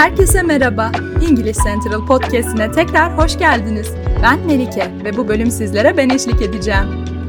Herkese merhaba. English Central Podcast'ine tekrar hoş geldiniz. Ben Melike ve bu bölüm sizlere ben eşlik edeceğim.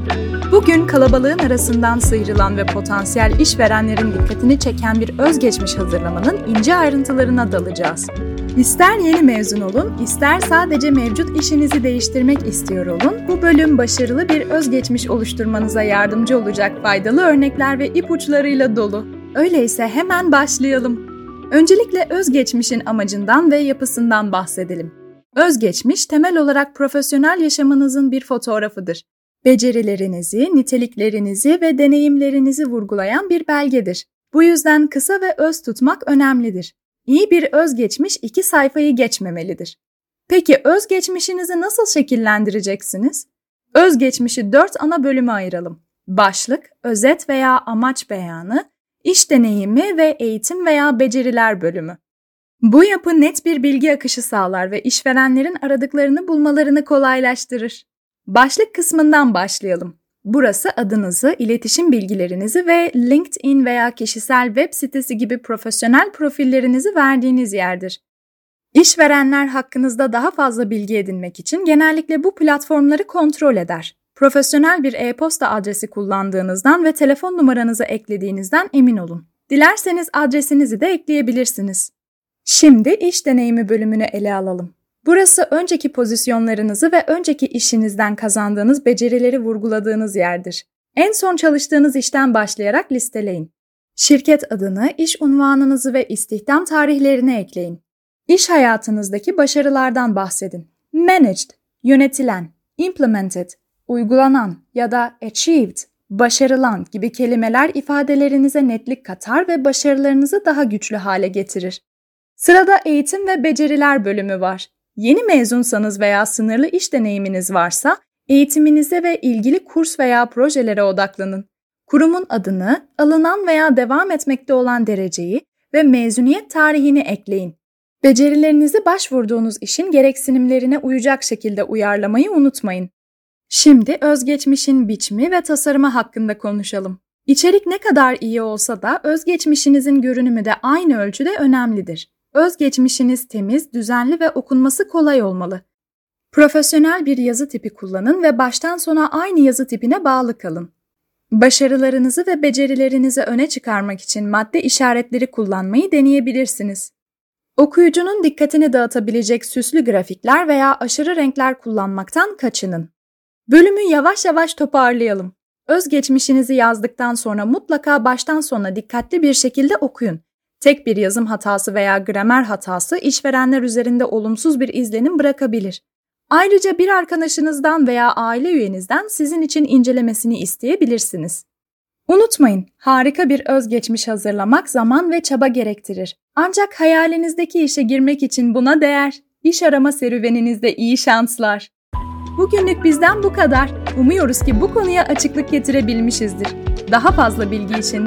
Bugün kalabalığın arasından sıyrılan ve potansiyel işverenlerin dikkatini çeken bir özgeçmiş hazırlamanın ince ayrıntılarına dalacağız. İster yeni mezun olun, ister sadece mevcut işinizi değiştirmek istiyor olun, bu bölüm başarılı bir özgeçmiş oluşturmanıza yardımcı olacak faydalı örnekler ve ipuçlarıyla dolu. Öyleyse hemen başlayalım. Öncelikle özgeçmişin amacından ve yapısından bahsedelim. Özgeçmiş, temel olarak profesyonel yaşamınızın bir fotoğrafıdır. Becerilerinizi, niteliklerinizi ve deneyimlerinizi vurgulayan bir belgedir. Bu yüzden kısa ve öz tutmak önemlidir. İyi bir özgeçmiş 2 sayfayı geçmemelidir. Peki özgeçmişinizi nasıl şekillendireceksiniz? Özgeçmişi 4 ana bölüme ayıralım. Başlık, özet veya amaç beyanı, İş deneyimi ve eğitim veya beceriler bölümü. Bu yapı net bir bilgi akışı sağlar ve işverenlerin aradıklarını bulmalarını kolaylaştırır. Başlık kısmından başlayalım. Burası adınızı, iletişim bilgilerinizi ve LinkedIn veya kişisel web sitesi gibi profesyonel profillerinizi verdiğiniz yerdir. İşverenler hakkınızda daha fazla bilgi edinmek için genellikle bu platformları kontrol eder. Profesyonel bir e-posta adresi kullandığınızdan ve telefon numaranızı eklediğinizden emin olun. Dilerseniz adresinizi de ekleyebilirsiniz. Şimdi iş deneyimi bölümünü ele alalım. Burası önceki pozisyonlarınızı ve önceki işinizden kazandığınız becerileri vurguladığınız yerdir. En son çalıştığınız işten başlayarak listeleyin. Şirket adını, iş unvanınızı ve istihdam tarihlerini ekleyin. İş hayatınızdaki başarılardan bahsedin. Managed, yönetilen, implemented, uygulanan ya da achieved, başarılan gibi kelimeler ifadelerinize netlik katar ve başarılarınızı daha güçlü hale getirir. Sırada eğitim ve beceriler bölümü var. Yeni mezunsanız veya sınırlı iş deneyiminiz varsa, eğitiminize ve ilgili kurs veya projelere odaklanın. Kurumun adını, alınan veya devam etmekte olan dereceyi ve mezuniyet tarihini ekleyin. Becerilerinizi başvurduğunuz işin gereksinimlerine uyacak şekilde uyarlamayı unutmayın. Şimdi özgeçmişin biçimi ve tasarımı hakkında konuşalım. İçerik ne kadar iyi olsa da özgeçmişinizin görünümü de aynı ölçüde önemlidir. Özgeçmişiniz temiz, düzenli ve okunması kolay olmalı. Profesyonel bir yazı tipi kullanın ve baştan sona aynı yazı tipine bağlı kalın. Başarılarınızı ve becerilerinizi öne çıkarmak için madde işaretleri kullanmayı deneyebilirsiniz. Okuyucunun dikkatini dağıtabilecek süslü grafikler veya aşırı renkler kullanmaktan kaçının. Bölümü yavaş yavaş toparlayalım. Özgeçmişinizi yazdıktan sonra mutlaka baştan sona dikkatli bir şekilde okuyun. Tek bir yazım hatası veya gramer hatası işverenler üzerinde olumsuz bir izlenim bırakabilir. Ayrıca bir arkadaşınızdan veya aile üyenizden sizin için incelemesini isteyebilirsiniz. Unutmayın, harika bir özgeçmiş hazırlamak zaman ve çaba gerektirir. Ancak hayalinizdeki işe girmek için buna değer. İş arama serüveninizde iyi şanslar. Bugünlük bizden bu kadar. Umuyoruz ki bu konuya açıklık getirebilmişizdir. Daha fazla bilgi için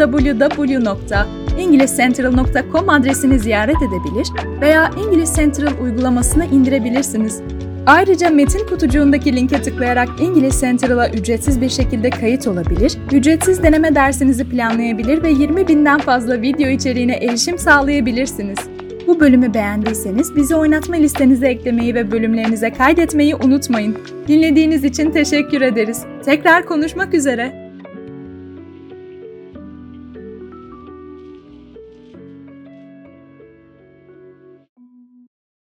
www.englishcentral.com adresini ziyaret edebilir veya English Central uygulamasını indirebilirsiniz. Ayrıca metin kutucuğundaki linke tıklayarak English Central'a ücretsiz bir şekilde kayıt olabilir, ücretsiz deneme dersinizi planlayabilir ve 20.000'den fazla video içeriğine erişim sağlayabilirsiniz. Bu bölümü beğendiyseniz bizi oynatma listenize eklemeyi ve bölümlerinize kaydetmeyi unutmayın. Dinlediğiniz için teşekkür ederiz. Tekrar konuşmak üzere.